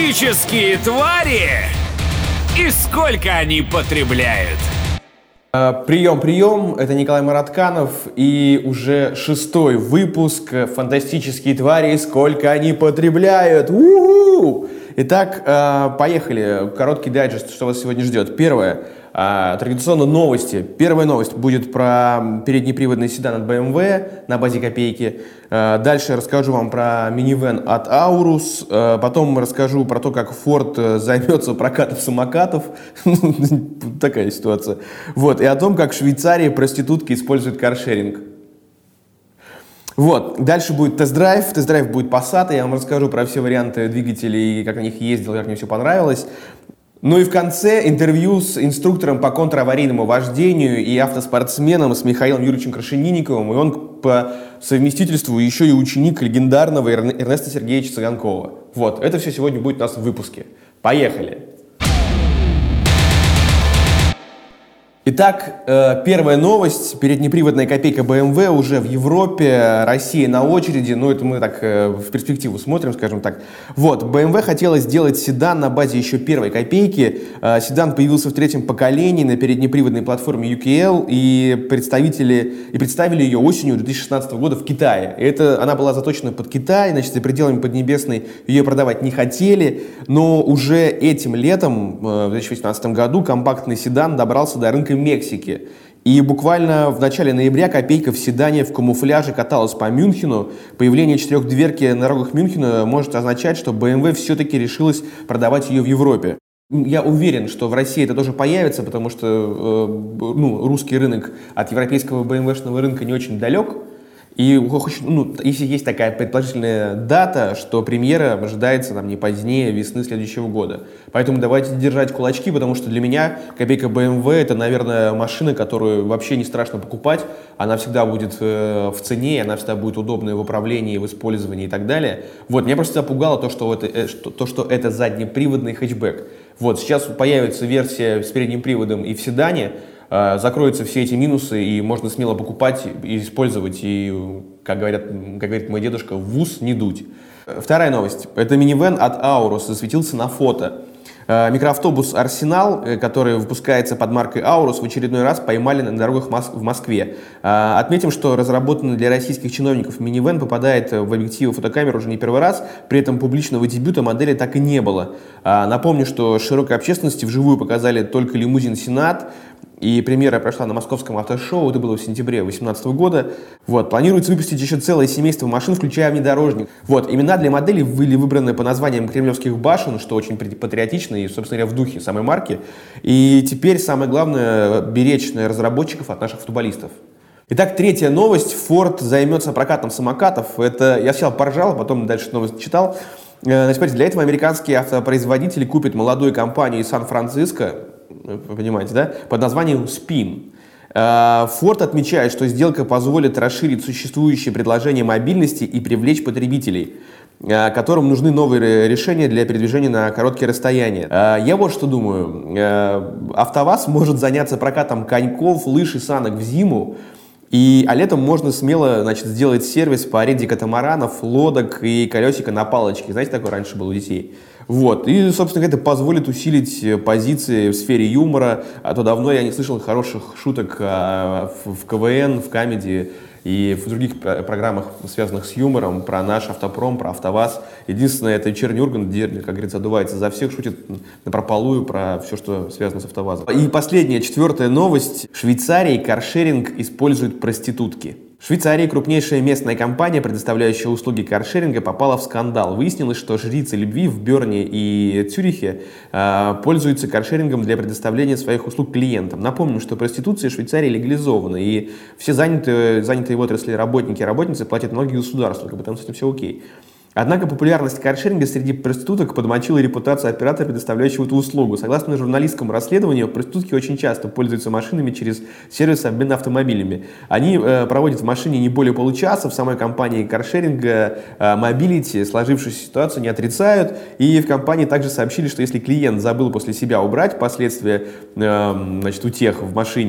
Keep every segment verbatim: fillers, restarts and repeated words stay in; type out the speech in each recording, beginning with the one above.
Фантастические твари и сколько они потребляют. Прием, прием, это Николай Маратканов и уже шестой выпуск «Фантастические твари, сколько они потребляют». У-у-у! Итак, поехали. Короткий дайджест, что вас сегодня ждет. Первое. Традиционно новости. Первая новость будет про переднеприводный седан от бэ эм вэ на базе копейки. Дальше расскажу вам про минивэн от Аурус. Потом расскажу про то, как Ford займется прокатом самокатов. Такая ситуация. Вот. И о том, как в Швейцарии проститутки используют каршеринг. Вот. Дальше будет тест-драйв. Тест-драйв будет Passat. Я вам расскажу про все варианты двигателей, как на них ездил, как мне все понравилось. Ну и в конце интервью с инструктором по контраварийному вождению и автоспортсменом с Михаилом Юрьевичем Крашенинниковым. И он по совместительству еще и ученик легендарного Эрнеста Сергеевича Цыганкова. Вот, это все сегодня будет у нас в выпуске. Поехали! Итак, первая новость. Переднеприводная копейка бэ эм вэ уже в Европе, Россия на очереди. Ну, это мы так в перспективу смотрим, скажем так. Вот, бэ эм вэ хотела сделать седан на базе еще первой копейки. Седан появился в третьем поколении на переднеприводной платформе ю кей эл, и представители и представили ее осенью две тысячи шестнадцатого года в Китае. Это, она была заточена под Китай, значит, за пределами Поднебесной ее продавать не хотели. Но уже этим летом, в две тысячи восемнадцатом году, компактный седан добрался до рынка Мексики. И буквально в начале ноября копейка в седане в камуфляже каталась по Мюнхену. Появление четырехдверки на дорогах Мюнхена может означать, что бэ эм вэ все-таки решилась продавать ее в Европе. Я уверен, что в России это тоже появится, потому что э, ну, русский рынок от европейского бэ эм вэ-шного рынка не очень далек. И ну, если есть такая предположительная дата, что премьера ожидается там, не позднее весны следующего года. Поэтому давайте держать кулачки, потому что для меня копейка бэ эм вэ это, наверное, машина, которую вообще не страшно покупать. Она всегда будет э, в цене, она всегда будет удобная в управлении, в использовании и так далее. Вот, меня просто запугало то, что это, э, что, то, что это заднеприводный хэтчбэк. Вот, сейчас появится версия с передним приводом и в седане. Закроются все эти минусы, и можно смело покупать и использовать, и, как, говорят, как говорит мой дедушка, в ус не дуть. Вторая новость. Это минивэн от Аурус, засветился на фото. Микроавтобус «Арсенал», который выпускается под маркой Аурус, в очередной раз поймали на дорогах в Москве. Отметим, что разработанный для российских чиновников минивэн попадает в объективы фотокамер уже не первый раз, при этом публичного дебюта модели так и не было. Напомню, что широкой общественности вживую показали только лимузин «Сенат», и премьера прошла на московском автошоу, это было в сентябре две тысячи восемнадцатого года. Вот, планируется выпустить еще целое семейство машин, включая внедорожник. Вот, имена для моделей были выбраны по названиям кремлевских башен, что очень патриотично и, собственно говоря, в духе самой марки. И теперь самое главное — беречь разработчиков от наших футболистов. Итак, третья новость. Ford займется прокатом самокатов. Это я сначала поржал, потом дальше новость читал. Значит, смотрите, для этого американские автопроизводители купят молодую компанию из Сан-Франциско, вы понимаете, да, под названием спин. Ford отмечает, что сделка позволит расширить существующие предложения мобильности и привлечь потребителей, которым нужны новые решения для передвижения на короткие расстояния. Я вот что думаю. АвтоВАЗ может заняться прокатом коньков, лыж и санок в зиму, и, а летом можно смело, значит, сделать сервис по аренде катамаранов, лодок и колесика на палочке. Знаете, такое раньше было у детей. Вот. И, собственно, это позволит усилить позиции в сфере юмора. А то давно я не слышал хороших шуток в ка вэ эн, в камеди и в других программах, связанных с юмором, про наш автопром, про АвтоВАЗ. Единственное, это вечерний Ургант, где, как говорится, отдувается за всех, шутит напропалую про все, что связано с АвтоВАЗом. И последняя, четвертая новость. В Швейцарии каршеринг используют проститутки. В Швейцарии крупнейшая местная компания, предоставляющая услуги каршеринга, попала в скандал. Выяснилось, что жрицы любви в Берне и Цюрихе э, пользуются каршерингом для предоставления своих услуг клиентам. Напомним, что проституция в Швейцарии легализована, и все занятые, занятые в отрасли работники и работницы платят налоги государству, как бы там с этим все окей. Однако популярность каршеринга среди проституток подмочила репутацию оператора, предоставляющего эту услугу. Согласно журналистскому расследованию, проститутки очень часто пользуются машинами через сервис обмена автомобилями. Они э, проводят в машине не более получаса, в самой компании каршеринга э, Mobility сложившуюся ситуацию не отрицают, и в компании также сообщили, что если клиент забыл после себя убрать последствия э, значит, утех в машине,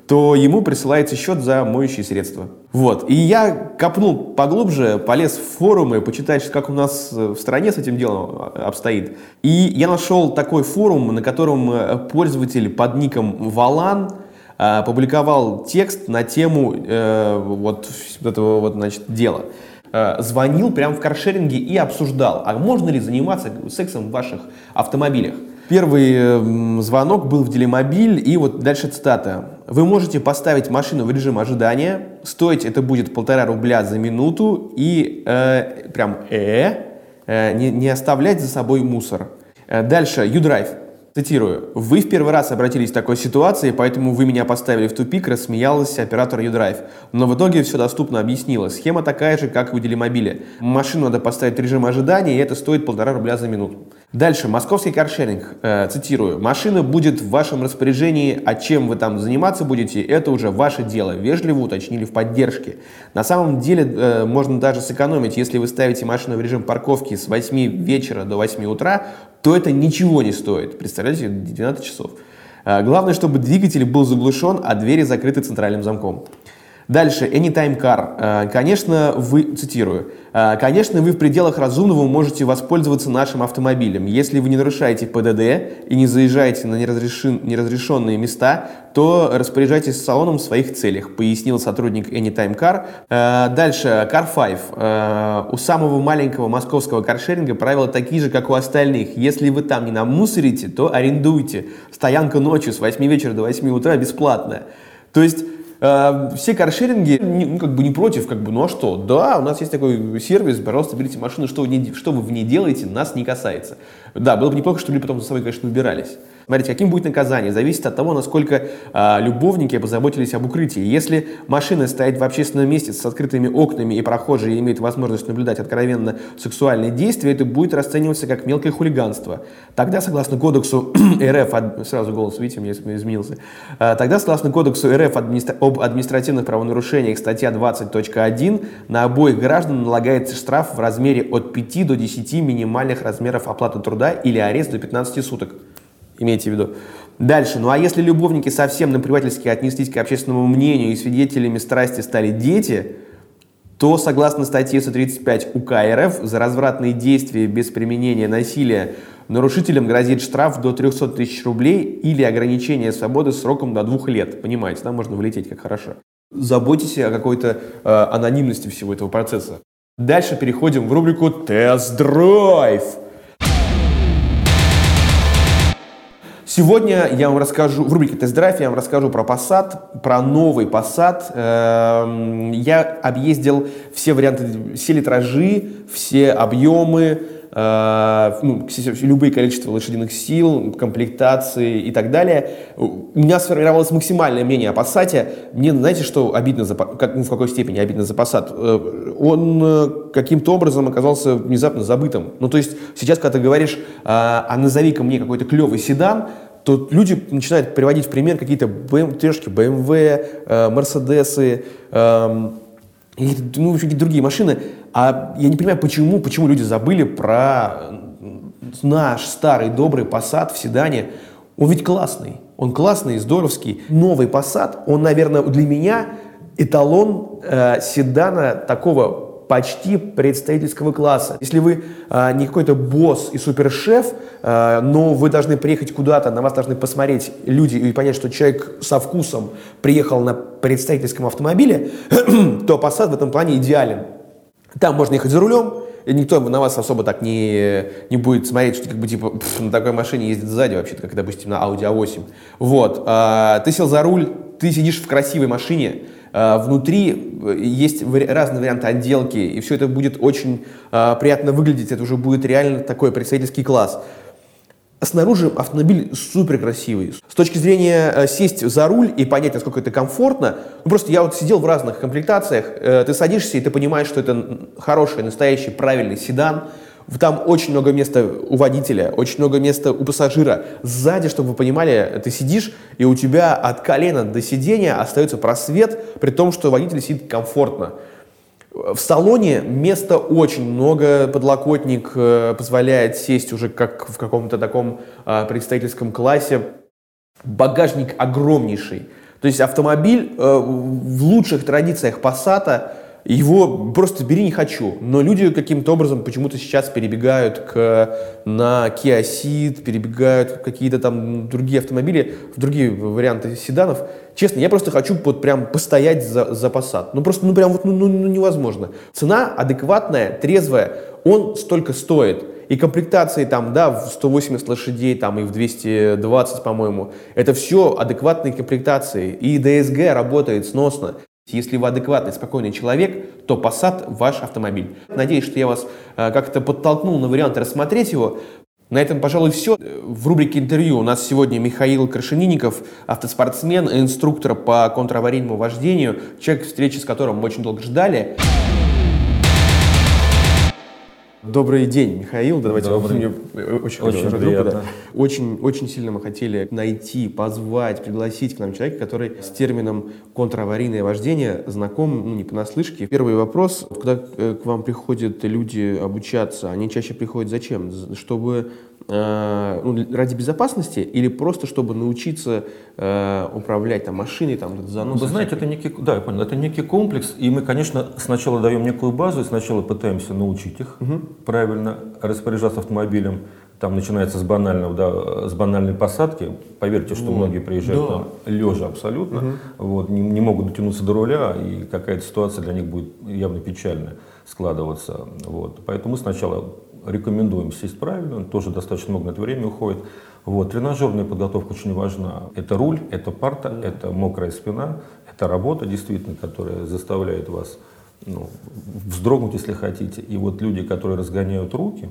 то ему присылается счет за моющие средства. Вот. И я копнул поглубже, полез в форумы, почитать, как у нас в стране с этим делом обстоит. И я нашел такой форум, на котором пользователь под ником Валан публиковал текст на тему э, вот этого вот, значит, дела. Э, звонил прямо в каршеринге и обсуждал, а можно ли заниматься сексом в ваших автомобилях. Первый э, звонок был в Делимобиль, и вот дальше цитата. Вы можете поставить машину в режим ожидания, стоить это будет полтора рубля за минуту, и э, прям э, э, не, не оставлять за собой мусор. Э, дальше, юдрайв. Цитирую. «Вы в первый раз обратились в такой ситуации, поэтому вы меня поставили в тупик», рассмеялась оператор юдрайв. Но в итоге все доступно объяснила. Схема такая же, как и у Делимобиля. Машину надо поставить в режим ожидания, и это стоит полтора рубля за минуту. Дальше. Московский каршеринг. Э, цитирую. «Машина будет в вашем распоряжении, а чем вы там заниматься будете, это уже ваше дело», вежливо уточнили в поддержке. На самом деле э, можно даже сэкономить, если вы ставите машину в режим парковки с восьми вечера до восьми утра, то это ничего не стоит. Представляете, двенадцать часов. Главное, чтобы двигатель был заглушен, а двери закрыты центральным замком. Дальше, Anytime Car. Конечно, вы, цитирую, «Конечно, вы в пределах разумного можете воспользоваться нашим автомобилем. Если вы не нарушаете ПДД и не заезжаете на неразрешен... неразрешенные места, то распоряжайтесь салоном в своих целях», пояснил сотрудник Anytime Car. Дальше, Car пять. У самого маленького московского каршеринга правила такие же, как у остальных. Если вы там не намусорите, то арендуйте. Стоянка ночью с восьми вечера до восьми утра бесплатная. То есть все каршеринги, ну, как бы не против, как бы, ну а что? Да, у нас есть такой сервис, пожалуйста, берите машину, что вы, не, что вы в ней делаете, нас не касается. Да, было бы неплохо, чтобы люди потом за собой, конечно, убирались. Смотрите, каким будет наказание, зависит от того, насколько а, любовники позаботились об укрытии. Если машина стоит в общественном месте с открытыми окнами и прохожие имеют возможность наблюдать откровенно сексуальные действия, это будет расцениваться как мелкое хулиганство. Тогда, согласно кодексу РФ, сразу голос, видите, мне изменился, а, тогда, согласно кодексу РФ администра... об административных правонарушениях, статья двадцать точка один, на обоих граждан налагается штраф в размере от пяти до десяти минимальных размеров оплаты труда или арест до пятнадцати суток. Имейте в виду. Дальше. Ну а если любовники совсем наплевательски отнеслись к общественному мнению и свидетелями страсти стали дети, то, согласно статье сто тридцать пять УК РФ, за развратные действия без применения насилия нарушителям грозит штраф до трехсот тысяч рублей или ограничение свободы сроком до двух лет. Понимаете, там можно вылететь как хорошо. Заботьтесь о какой-то э, анонимности всего этого процесса. Дальше переходим в рубрику «Тест-драйв». Сегодня я вам расскажу, в рубрике «Тест-драйв» я вам расскажу про Passat, про новый Passat. Я объездил все варианты, все литражи, все объемы, ну, любые количества лошадиных сил, комплектации и так далее. У меня сформировалось максимальное мнение о Passat. Мне, знаете, что обидно, за, как, ну, в какой степени обидно за Passat? Он каким-то образом оказался внезапно забытым. Ну, то есть сейчас, когда ты говоришь, а назови-ка мне какой-то клевый седан, то люди начинают приводить в пример какие-то Тешки, бэ эм вэ, Мерседесы, и, ну, какие-то другие машины. А я не понимаю, почему, почему люди забыли про наш старый добрый Passat в седане. Он ведь классный, он классный, здоровский. Новый Passat, он, наверное, для меня эталон э, седана такого почти представительского класса. Если вы э, не какой-то босс и супершеф, э, но вы должны приехать куда-то, на вас должны посмотреть люди и понять, что человек со вкусом приехал на представительском автомобиле, то Passat в этом плане идеален. Там можно ехать за рулем, и никто на вас особо так не, не будет смотреть, что как бы типа пф, на такой машине ездит сзади, вообще-то, как, допустим, на Audi а восемь. Вот. Э, ты сел за руль, ты сидишь в красивой машине, внутри есть разные варианты отделки, и все это будет очень э, приятно выглядеть, это уже будет реально такой представительский класс. Снаружи автомобиль супер красивый. С точки зрения э, сесть за руль и понять, насколько это комфортно, ну просто я вот сидел в разных комплектациях, э, ты садишься и ты понимаешь, что это хороший, настоящий, правильный седан. Там очень много места у водителя, очень много места у пассажира. Сзади, чтобы вы понимали, ты сидишь, и у тебя от колена до сидения остается просвет, при том, что водитель сидит комфортно. В салоне места очень много, подлокотник позволяет сесть уже как в каком-то таком представительском классе. Багажник огромнейший. То есть автомобиль э, в лучших традициях Passat, его просто бери не хочу. Но люди каким-то образом почему-то сейчас перебегают к, на Kia Ceed, перебегают в какие-то там другие автомобили, в другие варианты седанов. Честно, я просто хочу вот прям постоять за, за Passat. Ну просто, ну прям вот, ну, ну, ну невозможно. Цена адекватная, трезвая, он столько стоит. И комплектации там, да, в сто восемьдесят лошадей, там и в двести двадцать, по-моему, это все адекватные комплектации. И ди эс джи работает сносно. Если вы адекватный, спокойный человек, то Passat ваш автомобиль. Надеюсь, что я вас э, как-то подтолкнул на вариант рассмотреть его. На этом, пожалуй, все. В рубрике интервью у нас сегодня Михаил Крашенинников, автоспортсмен, инструктор по контраварийному вождению, человек, встречи с которым мы очень долго ждали. Добрый день, Михаил. Давайте Добрый. Мне очень, очень приятно. Да. Очень, очень сильно мы хотели найти, позвать, пригласить к нам человека, который с термином контраварийное вождение знаком, ну, не понаслышке. Первый вопрос. Когда к вам приходят люди обучаться, они чаще приходят зачем? Чтобы э, ну, ради безопасности или просто чтобы научиться э, управлять там, машиной, там, заносом? Вы знаете, это некий, да, я понял, это некий комплекс, и мы, конечно, сначала даем некую базу, и сначала пытаемся научить их угу. правильно распоряжаться автомобилем. Там начинается с банального, да, с банальной посадки. Поверьте, что вот. Многие приезжают да. там лежа абсолютно, угу. вот, не, не могут дотянуться до руля, и какая-то ситуация для них будет явно печальная складываться. Вот. Поэтому мы сначала рекомендуем сесть правильно, тоже достаточно много на это время уходит. Вот. Тренажерная подготовка очень важна. Это руль, это парта, mm. это мокрая спина, это работа, действительно, которая заставляет вас ну, вздрогнуть, если хотите. И вот люди, которые разгоняют руки,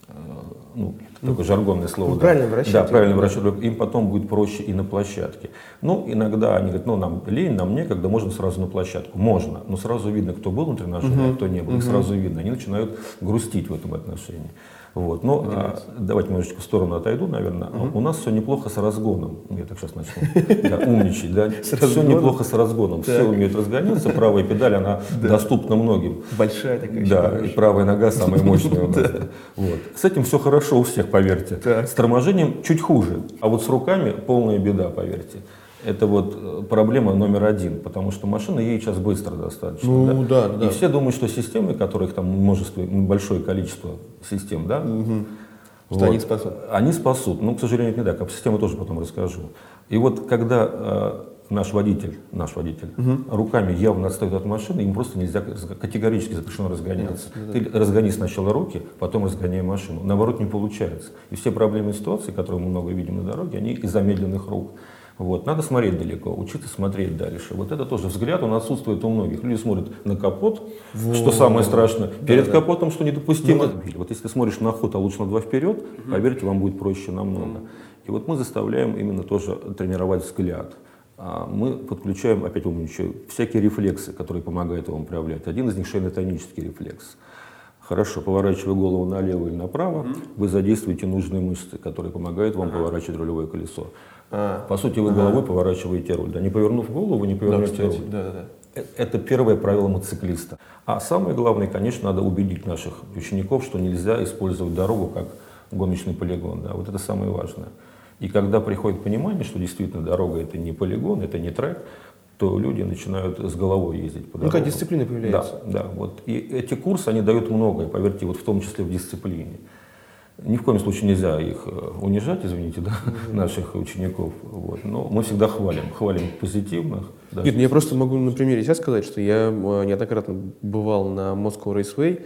ну, это такое жаргонное слово. Ну, да. Правильно вращать. Да, правильно вращать. Им потом будет проще и на площадке. Ну, иногда они говорят, ну, нам лень, нам некогда, можно сразу на площадку. Можно, но сразу видно, кто был на тренажере, uh-huh. а кто не был. Uh-huh. И сразу видно, они начинают грустить в этом отношении. Вот. Но а, давайте немножечко в сторону отойду, наверное. Uh-huh. У нас все неплохо с разгоном. Я так сейчас начну да, умничать. Да? Все неплохо с разгоном. Так. Все умеют разгоняться. Правая педаль, она да. доступна многим. Большая такая. Да, и правая нога самая мощная у нас. Вот. С этим все хорошо у всех, поверьте. Так. С торможением чуть хуже. А вот с руками полная беда, поверьте. Это вот проблема номер один, потому что машина едет сейчас быстро достаточно. Ну, да? Да, да. И все думают, что системы, которых там множество, большое количество систем, да, угу. вот, что они спасут. Они спасут. Но, к сожалению, это не так. Об системе тоже потом расскажу. И вот когда э, наш водитель, наш водитель угу. руками явно отстает от машины, ему просто нельзя, категорически запрещено разгоняться. Да, да. Ты разгони сначала руки, потом разгоняй машину. Наоборот, не получается. И все проблемные ситуации, которые мы много видим на дороге, они из замедленных рук. Вот. Надо смотреть далеко, учиться смотреть дальше. Вот это тоже взгляд, он отсутствует у многих. Люди смотрят на капот, вот. Что самое страшное, перед да, капотом, да. что недопустимо. Ну, вот если ты смотришь на ход, а лучше на два вперед, угу. поверьте, вам будет проще намного. И вот мы заставляем именно тоже тренировать взгляд. А мы подключаем, опять умничаю, всякие рефлексы, которые помогают вам управлять. Один из них шейно-тонический рефлекс. Хорошо, поворачивая голову налево или направо, mm-hmm. вы задействуете нужные мышцы, которые помогают вам uh-huh. поворачивать рулевое колесо. Uh-huh. По сути, вы uh-huh. головой поворачиваете руль. Да? Не повернув голову, вы не повернете да, руль. Да, да, да. Это первое правило мотоциклиста. А самое главное, конечно, надо убедить наших учеников, что нельзя использовать дорогу как гоночный полигон. Да? Вот это самое важное. И когда приходит понимание, что действительно дорога это не полигон, это не трек, то люди начинают с головой ездить по дорогам. Ну, как дисциплина появляется. Да, да. Вот. И эти курсы, они дают многое, поверьте, вот в том числе в дисциплине. Ни в коем случае нельзя их унижать, извините, да, mm-hmm. наших учеников. Вот. Но мы всегда хвалим, хвалим позитивных. Даже. Нет, ну я просто могу на примере себя сказать, что я неоднократно бывал на Moscow Raceway,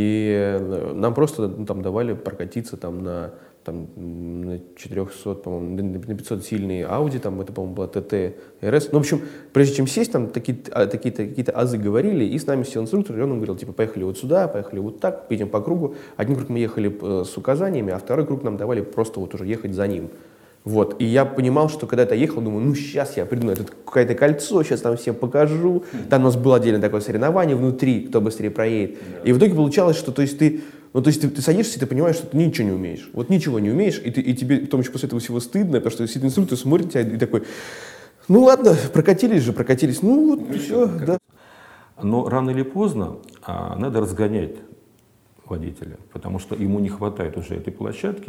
и нам просто ну, там давали прокатиться там на там, на четырехсот, по-моему, на пятьсот сильные Audi, там это, по-моему, была ти ти эр эс. Ну, в общем, прежде чем сесть, там такие, такие, какие-то азы говорили, и с нами сел инструктор, и он говорил, типа, поехали вот сюда, поехали вот так, идем по кругу. Один круг мы ехали с указаниями, а второй круг нам давали просто вот уже ехать за ним. Вот, и я понимал, что когда я ехал, думаю, ну сейчас я приду на это какое-то кольцо, сейчас там всем покажу. Там у нас было отдельное такое соревнование внутри, кто быстрее проедет. И в итоге получалось, что то есть ты Ну, то есть ты, ты садишься, и ты понимаешь, что ты ничего не умеешь. Вот ничего не умеешь, и, ты, и тебе потом еще после этого всего стыдно, потому что сидит инструктор, смотрит тебя и такой, ну ладно, прокатились же, прокатились, ну вот ну, все, да. Но рано или поздно а, надо разгонять водителя, потому что ему не хватает уже этой площадки,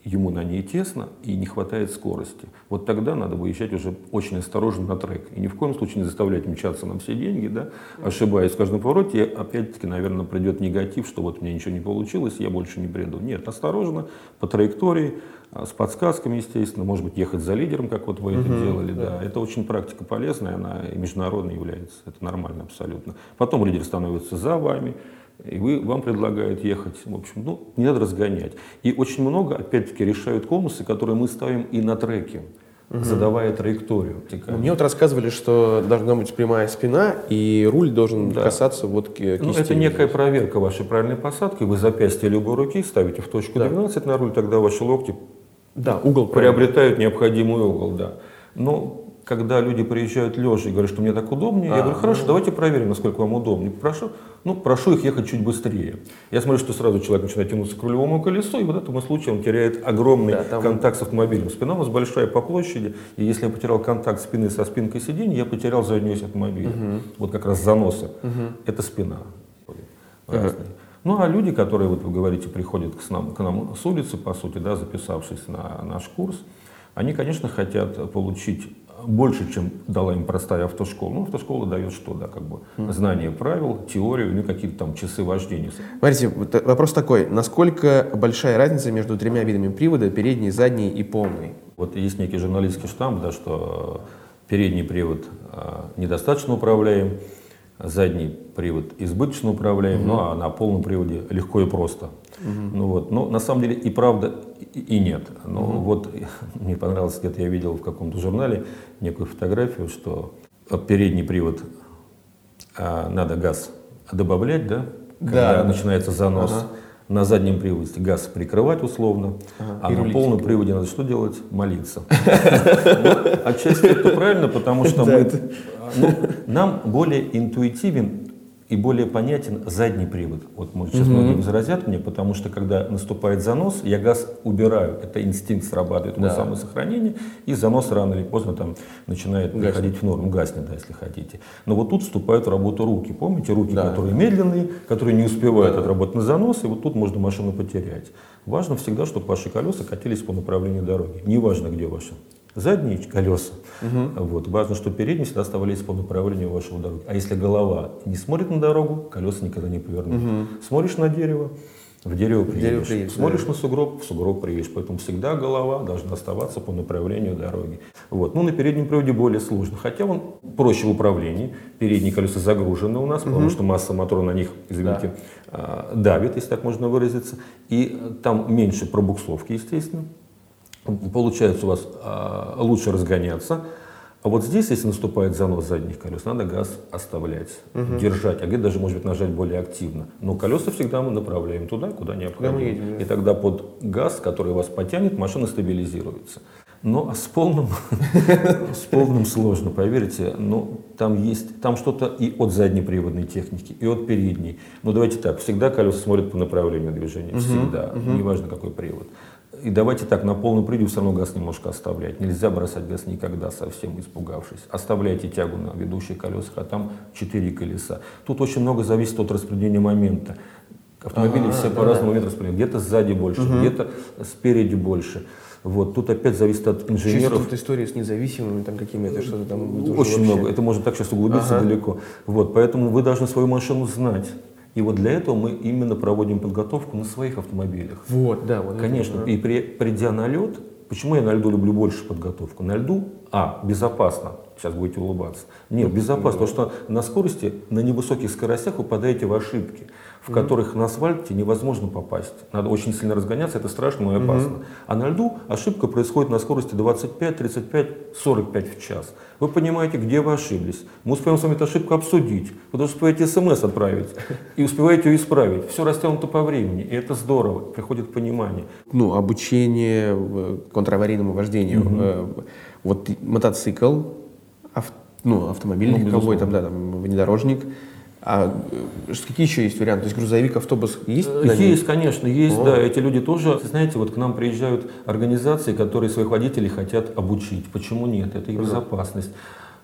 ему на ней тесно и не хватает скорости. Вот тогда надо выезжать уже очень осторожно на трек. И ни в коем случае не заставлять мчаться на все деньги, да, ошибаясь в каждом повороте. И опять-таки, наверное, придет негатив, что вот у меня ничего не получилось, я больше не приду. Нет, осторожно, по траектории, с подсказками, естественно, может быть, ехать за лидером, как вот вы это uh-huh, делали. Да. Да. Это очень практика полезная, она и международной является. Это нормально абсолютно. Потом лидер становится за вами. И вы, вам предлагают ехать, в общем, ну, не надо разгонять. И очень много, опять-таки, решают конусы, которые мы ставим и на треке, угу. задавая траекторию. Мне вот рассказывали, что должна быть прямая спина, и руль должен да. касаться вот кисти. Ну, это некая проверка вашей правильной посадки. Вы запястье любой руки ставите в точку да. двенадцать на руль, тогда ваши локти да, угол приобретают необходимый угол. Да. Но когда люди приезжают лежа и говорят, что мне так удобнее, а, я говорю, хорошо, ну... давайте проверим, насколько вам удобнее. Прошу, ну, прошу их ехать чуть быстрее. Я смотрю, что сразу человек начинает тянуться к рулевому колесу, и в этом случае он теряет огромный да, там... контакт с автомобилем. Спина у нас большая по площади, и если я потерял контакт спины со спинкой сиденья, я потерял заднюю ось автомобиля. Угу. Вот как раз заносы. Угу. Это спина. Угу. Ну, а люди, которые, вот вы говорите, приходят к нам, к нам с улицы, по сути, да, записавшись на наш курс, они, конечно, хотят получить больше, чем дала им простая автошкола. Ну, автошкола дает что, да, как бы знание правил, теорию, ну, какие-то там часы вождения. Смотрите, вопрос такой, насколько большая разница между тремя видами привода, передний, задний и полный? Вот есть некий журналистский штамп, да, что передний привод недостаточно управляем, задний привод избыточно управляем, угу. ну а на полном приводе легко и просто. Угу. Ну, вот. Но на самом деле и правда, и, и нет. Но угу. вот мне понравилось, где-то я видел в каком-то журнале некую фотографию, что передний привод а, надо газ добавлять, да, когда да, начинается занос. Ага. На заднем приводе газ прикрывать условно, ага, а на полном приводе надо что делать? Молиться. Отчасти это правильно, потому что мы, ну, нам более интуитивен и более понятен задний привод. Вот, может, сейчас многие возразят мне, потому что когда наступает занос, я газ убираю. Это инстинкт срабатывает, да. самосохранение, и занос рано или поздно там начинает гаснет. приходить в норму, гаснет, да, если хотите. Но вот тут вступают в работу руки. Помните, руки, да. которые медленные, которые не успевают да. отработать на занос, и вот тут можно машину потерять. Важно всегда, чтобы ваши колеса катились по направлению дороги. Неважно, где ваши задние колеса. Угу. Вот. Важно, чтобы передние всегда оставались по направлению вашего дороги. А если голова не смотрит на дорогу, колеса никогда не повернут. Угу. Смотришь на дерево, в дерево приедешь. Приедешь Смотришь да. на сугроб, в сугроб приедешь. Поэтому всегда голова должна оставаться по направлению дороги. Вот. Ну, на переднем приводе более сложно. Хотя он проще в управлении. Передние колеса загружены у нас, угу. потому что масса мотора на них, извините, да. давит, если так можно выразиться. И там меньше пробуксовки, естественно. Получается у вас а, лучше разгоняться. А вот здесь, если наступает занос задних колес, надо газ оставлять, угу. держать, а где даже, может быть, нажать более активно. Но колеса всегда мы направляем туда, куда необходимо. Едем, да. И тогда под газ, который вас потянет, машина стабилизируется. Но с полным, с полным сложно, поверьте. Но там есть, там что-то и от заднеприводной техники, и от передней. Но давайте так, всегда колеса смотрят по направлению движения, угу. всегда, угу. неважно какой привод. И давайте так, на полном приводе все равно газ немножко оставлять. Нельзя бросать газ никогда, совсем испугавшись. Оставляйте тягу на ведущих колесах, а там четыре колеса. Тут очень много зависит от распределения момента. Автомобили ага, все да, по-разному моменту распределяют. Где-то сзади больше, угу. где-то спереди больше. Вот. Тут опять зависит от инженеров. Чисто история с независимыми там какими-то, что-то там. Очень вообще... много. Это можно так сейчас углубиться ага. далеко. Вот. Поэтому вы должны свою машину знать. И вот для этого мы именно проводим подготовку на своих автомобилях. Вот, да. Вот Конечно. Это, да. И при, придя на лед, почему я на льду люблю больше подготовку? На льду, а, безопасно. Сейчас будете улыбаться. Нет, безопасно, потому что на скорости, на невысоких скоростях вы попадаете в ошибки, в mm-hmm. которых на асфальте невозможно попасть. Надо очень сильно разгоняться, это страшно, но и опасно. Mm-hmm. А на льду ошибка происходит на скорости двадцать пять, тридцать пять, сорок пять в час. Вы понимаете, где вы ошиблись. Мы успеем с вами эту ошибку обсудить. Вы даже успеваете смс отправить и успеваете ее исправить. Все растянуто по времени, и это здорово, приходит понимание. Ну, обучение контраварийному вождению. Mm-hmm. Вот мотоцикл, Ав, ну, автомобильный ну, какой там, да, там, внедорожник. А какие еще есть варианты? То есть грузовик, автобус есть? Есть, конечно, есть, О. да. Эти люди тоже, знаете, вот к нам приезжают организации, которые своих водителей хотят обучить. Почему нет? Это их безопасность.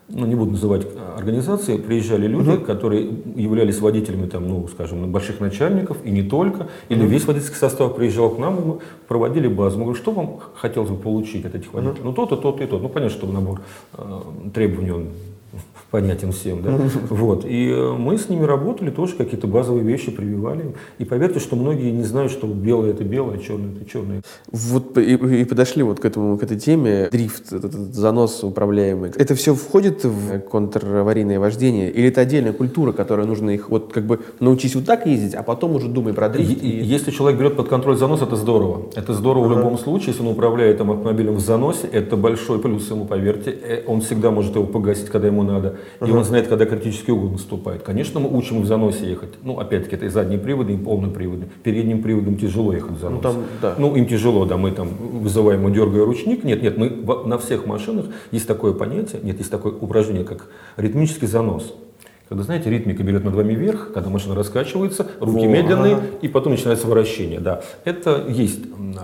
ну, не буду называть организации, приезжали люди, uh-huh. которые являлись водителями, там, ну, скажем, больших начальников, и не только, или uh-huh. весь водительский состав приезжал к нам, и мы проводили базу. Мы говорим, что вам хотелось бы получить от этих водителей? Uh-huh. Ну, то-то, то-то и то. Ну, понятно, что набор э, требований, он понятен всем, да? Вот. И мы с ними работали, тоже какие-то базовые вещи прививали. И поверьте, что многие не знают, что белое это белое, черное это черное. Вот и, и подошли вот к этому, к этой теме. Дрифт, этот, этот занос управляемый. Это все входит в контраварийное вождение? Или это отдельная культура, которая нужно их вот как бы научись вот так ездить, а потом уже думай про дрифт? И, и... Если человек берет под контроль занос, это здорово. Это здорово ага. в любом случае. Если он управляет там, автомобилем в заносе, это большой плюс ему, поверьте. Он всегда может его погасить, когда ему надо. И uh-huh. он знает, когда критический угол наступает. Конечно, мы учим в заносе ехать. Ну, опять-таки, это и задние приводы, и полные приводы. Передним приводом тяжело ехать в заносе. Ну, там, да. ну им тяжело, да, мы там вызываем, дергая ручник. Нет, нет, мы на всех машинах есть такое понятие, нет, есть такое упражнение, как ритмический занос. Когда, знаете, ритмика берет над вами вверх, когда машина раскачивается, руки Во, медленные, ага. и потом начинается вращение. Да. Это есть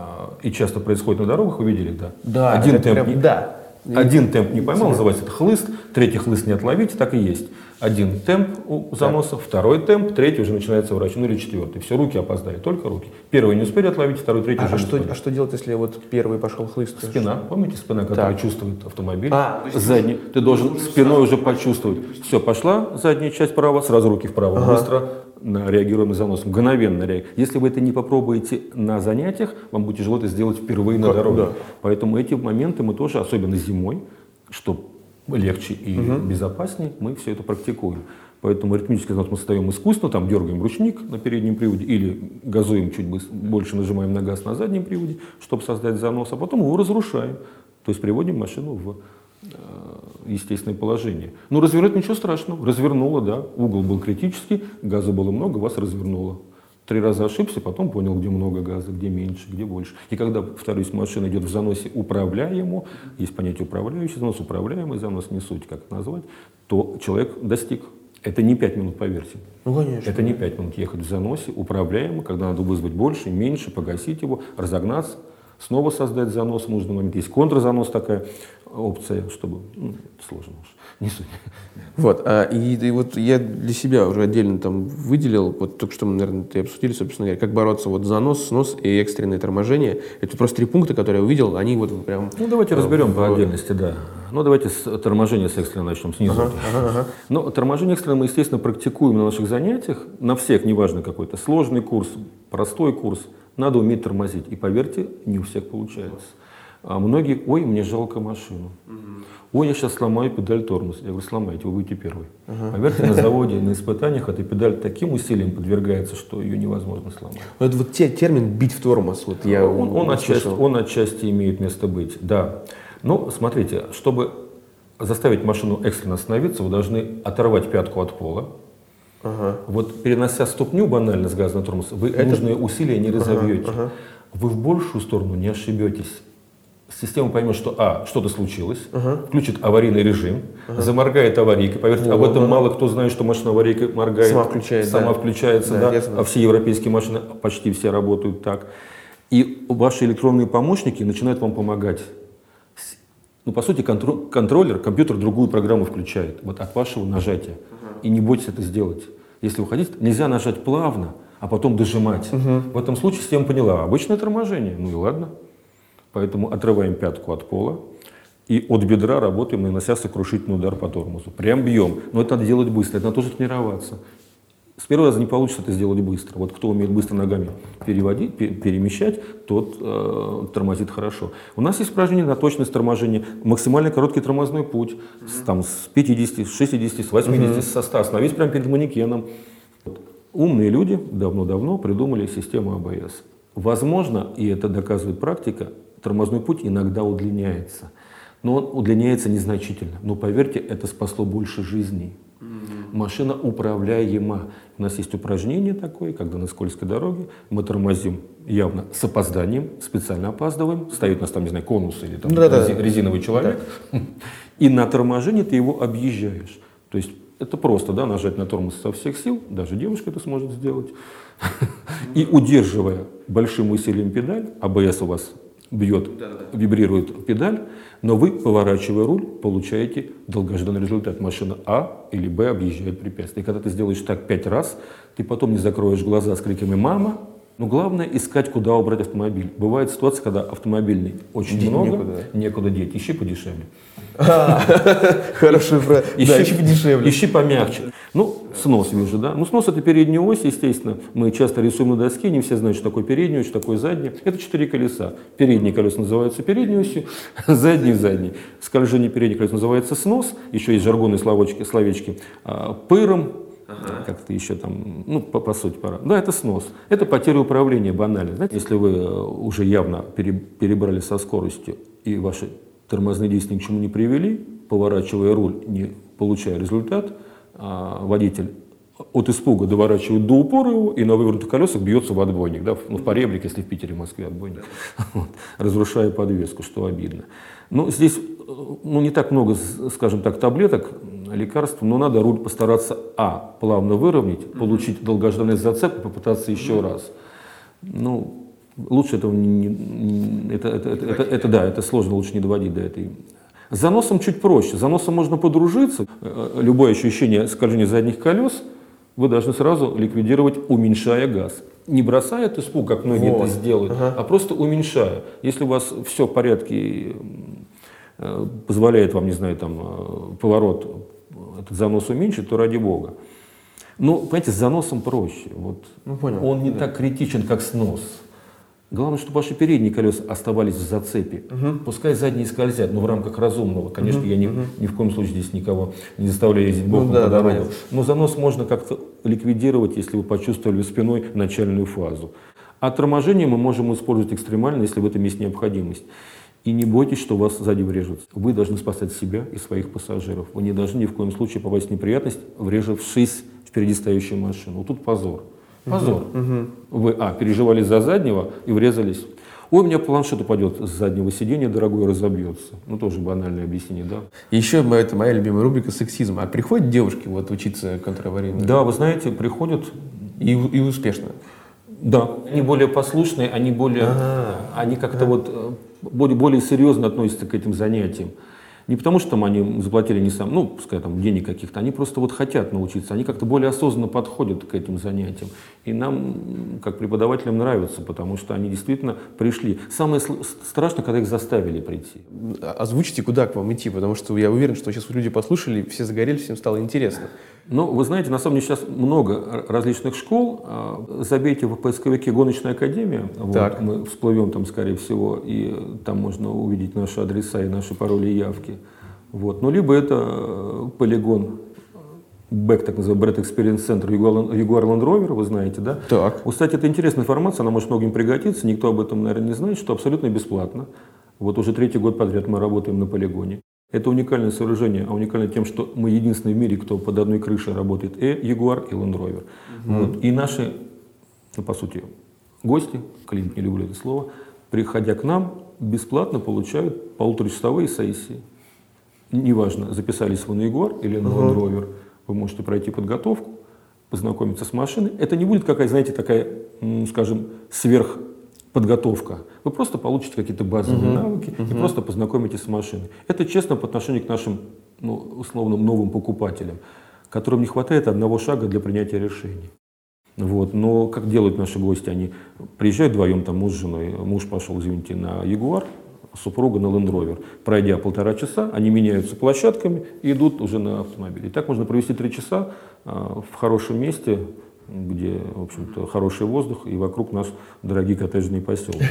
и часто происходит на дорогах, вы видели, да? Да, Один это темп. Прям, да. Один темп не поймал, называется это хлыст, третий хлыст не отловить, так и есть. Один темп у заноса, так. Второй темп, третий уже начинается вращение, ну или четвертый. Все, руки опоздали, только руки. Первый не успели отловить, второй, третий а, уже а не что, успели. А что делать, если вот первый пошел хлыст? Спина, помните спина, которая так. чувствует автомобиль? А, задний. Ты должен спиной уже почувствовать. Все, пошла задняя часть вправо, сразу руки вправо, ага. быстро реагируем на занос, мгновенно реагируем. Если вы это не попробуете на занятиях, вам будет тяжело это сделать впервые на дороге. Да. Поэтому эти моменты мы тоже, особенно зимой, чтобы легче и угу. безопаснее, мы все это практикуем. Поэтому ритмический занос мы создаем искусственно, там дергаем ручник на переднем приводе или газуем чуть больше, нажимаем на газ на заднем приводе, чтобы создать занос, а потом его разрушаем. То есть приводим машину в э, естественное положение. Ну, развернуть ничего страшного. Развернуло, да. Угол был критический, газа было много, вас развернуло. Три раза ошибся, потом понял, где много газа, где меньше, где больше. И когда, повторюсь, машина идет в заносе управляемо, есть понятие управляющий занос, управляемый занос, не суть, как это назвать, то человек достиг. Это не пять минут, поверьте. Ну, конечно. Это не пять минут ехать в заносе, управляемо, когда надо вызвать больше, меньше, погасить его, разогнаться, снова создать занос в нужный момент. Есть контрзанос, такая опция, чтобы... Ну, сложно уж. Не суть. Вот, а, и, и вот я для себя уже отдельно там выделил, вот только что мы, наверное, это и обсудили, собственно говоря, как бороться вот занос, снос и экстренное торможение. Это просто три пункта, которые я увидел, они вот прям... Ну, давайте разберем в... по отдельности, да. Ну, давайте с торможения с экстренного начнем, снизу. Ага, ага, ага. Но торможение экстренное мы, естественно, практикуем на наших занятиях, на всех, неважно какой-то сложный курс, простой курс, надо уметь тормозить. И поверьте, не у всех получается. А многие, ой, мне жалко машину. Ой, я сейчас сломаю педаль тормоза. Я говорю, сломайте, вы будете первый. Uh-huh. Поверьте, на заводе, на испытаниях эта педаль таким усилием подвергается, что ее невозможно сломать. Но это вот те, термин «бить в тормоз». Вот я он, он, отчасти, он отчасти имеет место быть, да. Но смотрите, чтобы заставить машину экстренно остановиться, вы должны оторвать пятку от пола. Uh-huh. Вот перенося ступню банально с газа на тормоз, вы это... нужные усилия не разовьете. Uh-huh. Uh-huh. Вы в большую сторону не ошибетесь. Система поймет, что а, что-то случилось, uh-huh. включит аварийный режим, uh-huh. заморгает аварийкой. Поверьте, uh-huh. об этом мало кто знает, что машина аварийкой моргает, сама, включает, сама да. включается, да, да, а все европейские машины почти все работают так. И ваши электронные помощники начинают вам помогать. Ну, по сути, контр- контроллер, компьютер другую программу включает вот от вашего нажатия. Uh-huh. И не бойтесь это сделать. Если вы хотите, нельзя нажать плавно, а потом дожимать. Uh-huh. В этом случае система поняла, обычное торможение, ну и ладно. Поэтому отрываем пятку от пола и от бедра работаем, нанося сокрушительный удар по тормозу. Прям бьем. Но это надо делать быстро, это надо тоже тренироваться. С первого раза не получится это сделать быстро. Вот кто умеет быстро ногами переводить, перемещать, тот э, тормозит хорошо. У нас есть упражнение на точность торможения. Максимально короткий тормозной путь. Mm-hmm. С, там, с пятидесяти, с шестидесяти, с восьмидесяти, mm-hmm. со ста. Остановись прямо перед манекеном. Вот. Умные люди давно-давно придумали систему а бэ эс. Возможно, и это доказывает практика, тормозной путь иногда удлиняется. Но он удлиняется незначительно. Но поверьте, это спасло больше жизней. Mm-hmm. Машина управляема. У нас есть упражнение такое, когда на скользкой дороге мы тормозим явно с опозданием, специально опаздываем. Стоит у нас там, не знаю, конус или там Да-да. резиновый человек. Да. И на торможении ты его объезжаешь. То есть это просто, да, нажать на тормоз со всех сил, даже девушка это сможет сделать. И удерживая большим усилием педаль, а бэ эс у вас бьет, вибрирует педаль, но вы, поворачивая руль, получаете долгожданный результат. Машина А или Б объезжает препятствие. И когда ты сделаешь так пять раз, ты потом не закроешь глаза с криками «мама». Но главное искать, куда убрать автомобиль. Бывает ситуация, когда автомобильный очень Деть много, некуда. некуда деть. Ищи подешевле. Хорошая фраза. Да, ищи подешевле. Ищи помягче. Ну, снос вижу, да. Ну, снос — это передняя ось, естественно. Мы часто рисуем на доске, не все знают, что такое передняя ось, что такое задняя. Это четыре колеса. Передние колеса называются передней осью, задние — задней. Скольжение передних колес называется снос. Еще есть жаргонные словечки, словечки а, пыром. Ага. Как-то еще там, ну, по, по сути, пора. Да, это снос. Это потеря управления банально. Знаете, если вы уже явно пере, перебрали со скоростью и ваши тормозные действия ни к чему не привели, поворачивая руль, не получая результат, а водитель от испуга доворачивает до упора его и на вывернутых колесах бьется в отбойник. Да? Ну, в поребрике, если в Питере, в Москве отбойник. Вот. Разрушая подвеску, что обидно. Ну, здесь ну, не так много, скажем так, таблеток, лекарств, но надо руль постараться, а, плавно выровнять, получить долгожданный зацеп и попытаться еще раз. Ну, лучше этого не, не, это, это, это, это, это, да, это сложно, лучше не доводить до этой. С заносом чуть проще. С заносом можно подружиться. Любое ощущение скольжения задних колес вы должны сразу ликвидировать, уменьшая газ. Не бросая от испуга, как многие вот. это сделают, ага. а просто уменьшая. Если у вас все в порядке, позволяет вам, не знаю, там, поворот, этот занос уменьшить, то ради бога. Но, понимаете, с заносом проще. Вот. Ну, понял. Он не да. так критичен, как снос. Главное, чтобы ваши передние колеса оставались в зацепе. Угу. Пускай задние скользят, но в рамках разумного. Конечно, угу. я ни, угу. ни в коем случае здесь никого не заставляю ездить боком ну, да, по дороге. Но занос можно как-то ликвидировать, если вы почувствовали спиной начальную фазу. А торможение мы можем использовать экстремально, если в этом есть необходимость. И не бойтесь, что вас сзади врежут. Вы должны спасать себя и своих пассажиров. Вы не должны ни в коем случае попасть в неприятность, врежавшись в впереди стоящую машину. Вот тут позор. Позор. Uh-huh. Вы, а, переживали за заднего и врезались. Ой, у меня планшет упадет с заднего сиденья, дорогой, разобьется. Ну, тоже банальное объяснение, да. Еще это моя любимая рубрика «Сексизм». А приходят девушки вот учиться контраварийно? Да, вы знаете, приходят. И, и успешно? Да. Они более послушные, они более, ага. они как-то ага. вот более, более серьезно относятся к этим занятиям. Не потому, что там они заплатили не сам, ну, пускай там денег каких-то, они просто вот хотят научиться, они как-то более осознанно подходят к этим занятиям. И нам, как преподавателям, нравится, потому что они действительно пришли. Самое страшное, когда их заставили прийти. Озвучите, куда к вам идти, потому что я уверен, что сейчас люди послушали, все загорелись, всем стало интересно. Ну, вы знаете, на самом деле сейчас много различных школ. Забейте в поисковике «Гоночная академия», вот, мы всплывем там, скорее всего, и там можно увидеть наши адреса и наши пароли и явки. Вот. Ну, либо это полигон БЭК, так называемый Brad Experience Center Jaguar Land Rover, вы знаете, да? Так. Вот, кстати, это интересная информация, она может многим пригодиться, никто об этом, наверное, не знает, что абсолютно бесплатно. Вот уже третий год подряд мы работаем на полигоне. Это уникальное сооружение, а уникально тем, что мы единственные в мире, кто под одной крышей работает, и Jaguar, и Land Rover. Mm-hmm. Вот. И наши, ну, по сути, гости, клиент, не люблю это слово, приходя к нам, бесплатно получают полуторачасовые сессии. Неважно, записались вы на Jaguar или на Land Rover, вы можете пройти подготовку, познакомиться с машиной. Это не будет какая-то, знаете, такая, скажем, сверхподготовка. Вы просто получите какие-то базовые uh-huh. навыки uh-huh. и просто познакомитесь с машиной. Это честно по отношению к нашим, ну, условным новым покупателям, которым не хватает одного шага для принятия решений. Вот. Но как делают наши гости? Они приезжают вдвоем, там муж с женой, муж пошел, извините, на Jaguar, супруга на Land Rover. Пройдя полтора часа, они меняются площадками и идут уже на автомобиле. И так можно провести три часа а, в хорошем месте, где, в общем-то, хороший воздух, и вокруг нас дорогие коттеджные поселки.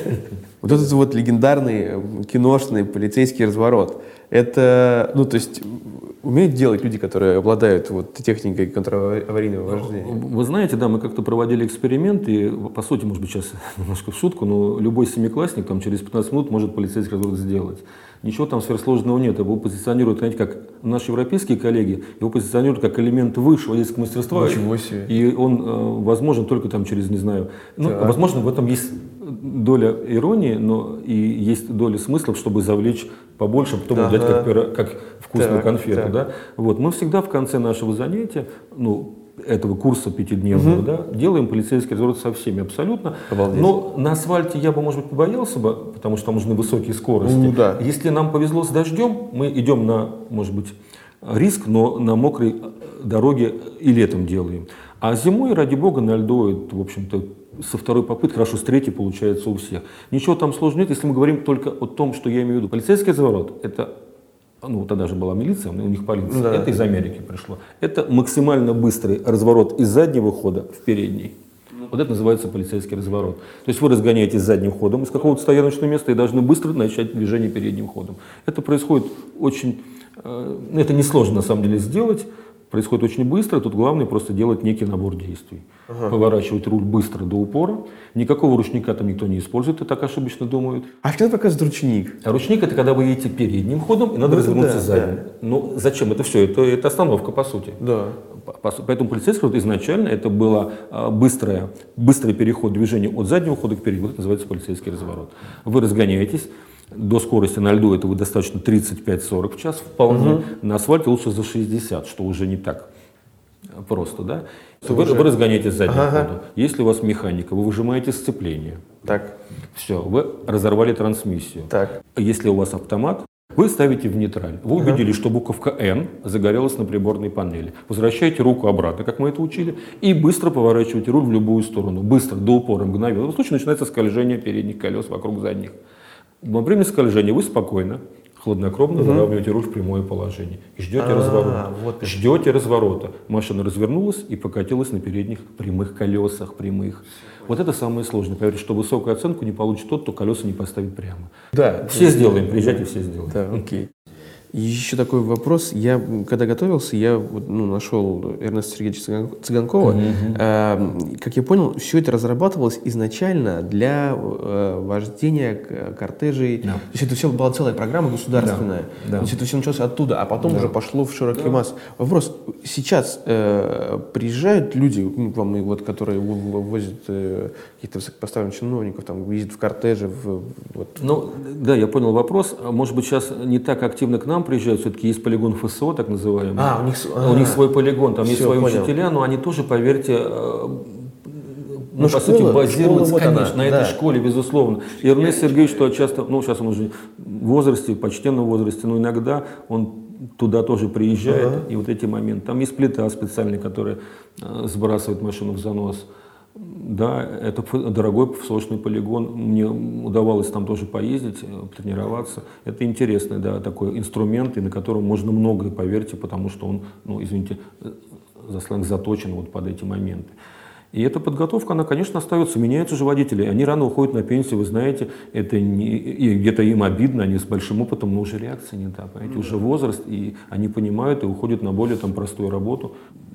Вот этот вот легендарный киношный полицейский разворот, это, ну, то есть, умеют делать люди, которые обладают вот техникой контраварийного вождения? Вы знаете, да, мы как-то проводили эксперимент, и, по сути, может быть, сейчас немножко в шутку, но любой семиклассник там через пятнадцать минут может полицейский разворот сделать. Ничего там сверхсложного нет. Его позиционируют, знаете, как наши европейские коллеги, его позиционируют как элемент высшего водительского мастерства. Ничего себе. И он э, возможен только там через, не знаю, ну, возможно, в этом есть доля иронии, но и есть доля смысла, чтобы завлечь побольше, потом ага. дать как, как вкусную так, конфету. Так. Да? Вот. Мы всегда в конце нашего занятия, ну, этого курса пятидневного, Угу. да, делаем полицейский разворот со всеми абсолютно. Обалдеть. Но на асфальте я бы, может быть, побоялся бы, потому что там нужны высокие скорости. Ну, да. Если нам повезло с дождем, мы идем на, может быть, риск, но на мокрой дороге и летом делаем. А зимой, ради бога, на льду, это, в общем-то, со второй попытки, хорошо, с третьей получается у всех. Ничего там сложного нет, если мы говорим только о том, что я имею в виду. Полицейский разворот, это, ну, тогда же была милиция, у них полиция, Да. это из Америки пришло. Это максимально быстрый разворот из заднего хода в передний. Вот это называется полицейский разворот. То есть вы разгоняетесь задним ходом из какого-то стояночного места и должны быстро начать движение передним ходом. Это происходит очень, э, это несложно на самом деле сделать. Происходит очень быстро, тут главное просто делать некий набор действий. Ага. Поворачивать руль быстро до упора. Никакого ручника там никто не использует, и так ошибочно думают. А что показывает ручник? А ручник — это когда вы едете передним ходом, и надо ну, развернуться да, задним. Да. Ну зачем это все? Это, это остановка, по сути. Да. Поэтому полицейский вот изначально это было быстрое, быстрый переход движения от заднего хода к переднему. Вот это называется полицейский разворот. Вы разгоняетесь. До скорости на льду это вы достаточно тридцать пять сорок в час вполне. Угу. На асфальте лучше за шестьдесят, что уже не так просто, да? Вы, уже... вы разгоняетесь задним ага. ходом. Если у вас механика, вы выжимаете сцепление. Так. Все, вы разорвали трансмиссию. Так. Если у вас автомат, вы ставите в нейтраль. Вы ага. убедились, что буковка Н загорелась на приборной панели. Возвращаете руку обратно, как мы это учили, и быстро поворачиваете руль в любую сторону. Быстро, до упора, мгновенно. В этом случае начинается скольжение передних колес вокруг задних. Во время скольжения вы спокойно, хладнокровно угу. выравниваете руль в прямое положение и ждете А-а-а, разворота. Вот ждете разворота. Машина развернулась и покатилась на передних прямых колесах, прямых. Вот это самое сложное. Поверьте, что высокую оценку не получит тот, кто колеса не поставит прямо. Да. Все сделаем, приезжайте, все сделаем. Да, окей. Еще такой вопрос. Я, когда готовился, я ну, нашел Эрнеста Сергеевича Цыганкова. Mm-hmm. Э, как я понял, все это разрабатывалось изначально для э, вождения кортежей. Yeah. То есть это все была целая программа государственная. Yeah. Yeah. То есть это все началось оттуда, а потом yeah. уже пошло в широкий yeah. масс. Вопрос. Сейчас э, приезжают люди, ну, к вам, вот, которые возят э, каких-то высокопоставленных чиновников, там, ездят в кортеже. В, вот. Ну, да, я понял вопрос. Может быть, сейчас не так активно к нам приезжают, все-таки есть полигон ФСО, так называемый. А, у них, а, у них свой полигон, там есть свои понял. учителя, но они тоже, поверьте, ну, по школа, сути, базируются, вот конечно, она, на этой да. школе, безусловно. И Эрнест Сергеевич, что часто, ну, сейчас он уже в возрасте, в почтенном возрасте, но иногда он туда тоже приезжает, ага. и вот эти моменты. Там есть плита специальная, которая сбрасывает машину в занос. Да, это дорогой сложный полигон, мне удавалось там тоже поездить, тренироваться. Это интересный, да, такой инструмент, и на котором можно многое, поверьте, потому что он, ну, извините, за сленг заточен вот под эти моменты. И эта подготовка, она, конечно, остается. Меняются же водители, они рано уходят на пенсию, вы знаете, это не, и где-то им обидно, они с большим опытом, но уже реакция не та, понимаете, уже возраст, и они понимают и уходят на более там простую работу.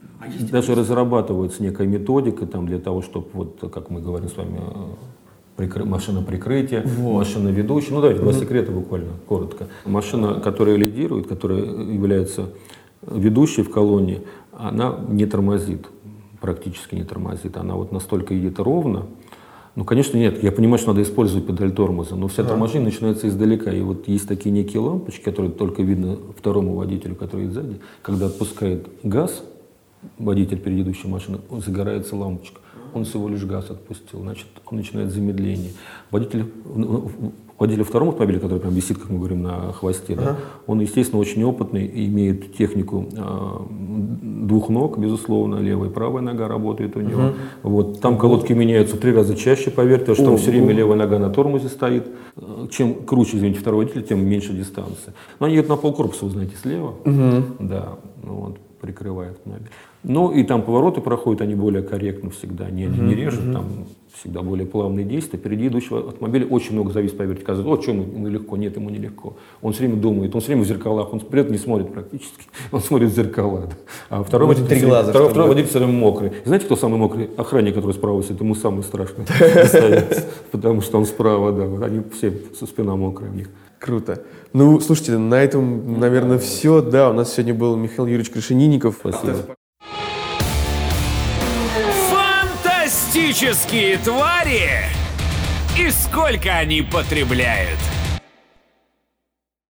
Даже разрабатывается некая методика там, для того, чтобы, вот, как мы говорим с вами, прикры... машина прикрытия, вот. машина ведущая. Ну давайте, два mm-hmm. секрета буквально, коротко. Машина, которая лидирует, которая является ведущей в колонне, она не тормозит, практически не тормозит. Она вот настолько едет ровно. Ну, конечно, нет, я понимаю, что надо использовать педаль тормоза, но вся торможение начинается издалека. И вот есть такие некие лампочки, которые только видно второму водителю, который едет сзади. Когда отпускает газ, водитель перед идущей машины, загорается лампочка. Он всего лишь газ отпустил, значит, он начинает замедление. Водитель, водитель второго автомобиля, который прям висит, как мы говорим, на хвосте, ага. да, он, естественно, очень опытный, имеет технику э, двух ног, безусловно, левая и правая нога работает у него. Ага. Вот, там колодки меняются в три раза чаще, поверьте, что там все время левая нога на тормозе стоит. Чем круче, извините, второй водитель, тем меньше дистанция. Но они едут на полкорпуса, вы знаете, слева. Ага. Да, ну вот. Прикрывает автомобиль. Ну и там повороты проходят, они более корректно всегда, они uh-huh, не режут, uh-huh. там всегда более плавные действия. Впереди идущего автомобиля очень много зависит, поверьте, казалось, о, что ему, ему легко, нет, ему нелегко. Он все время думает, он все время в зеркалах, он вперед не смотрит практически, он смотрит в зеркала. Да. А второй водитель, три глаза, второй, второй водитель все время мокрый. И знаете, кто самый мокрый? Охранник, который справа сидит, ему самый страшный достается, потому что он справа, да, они все со спина мокрая у них. Круто. Ну, слушайте, на этом, наверное, все. Да, у нас сегодня был Михаил Юрьевич Крашенинников. Спасибо. Фантастические твари! И сколько они потребляют?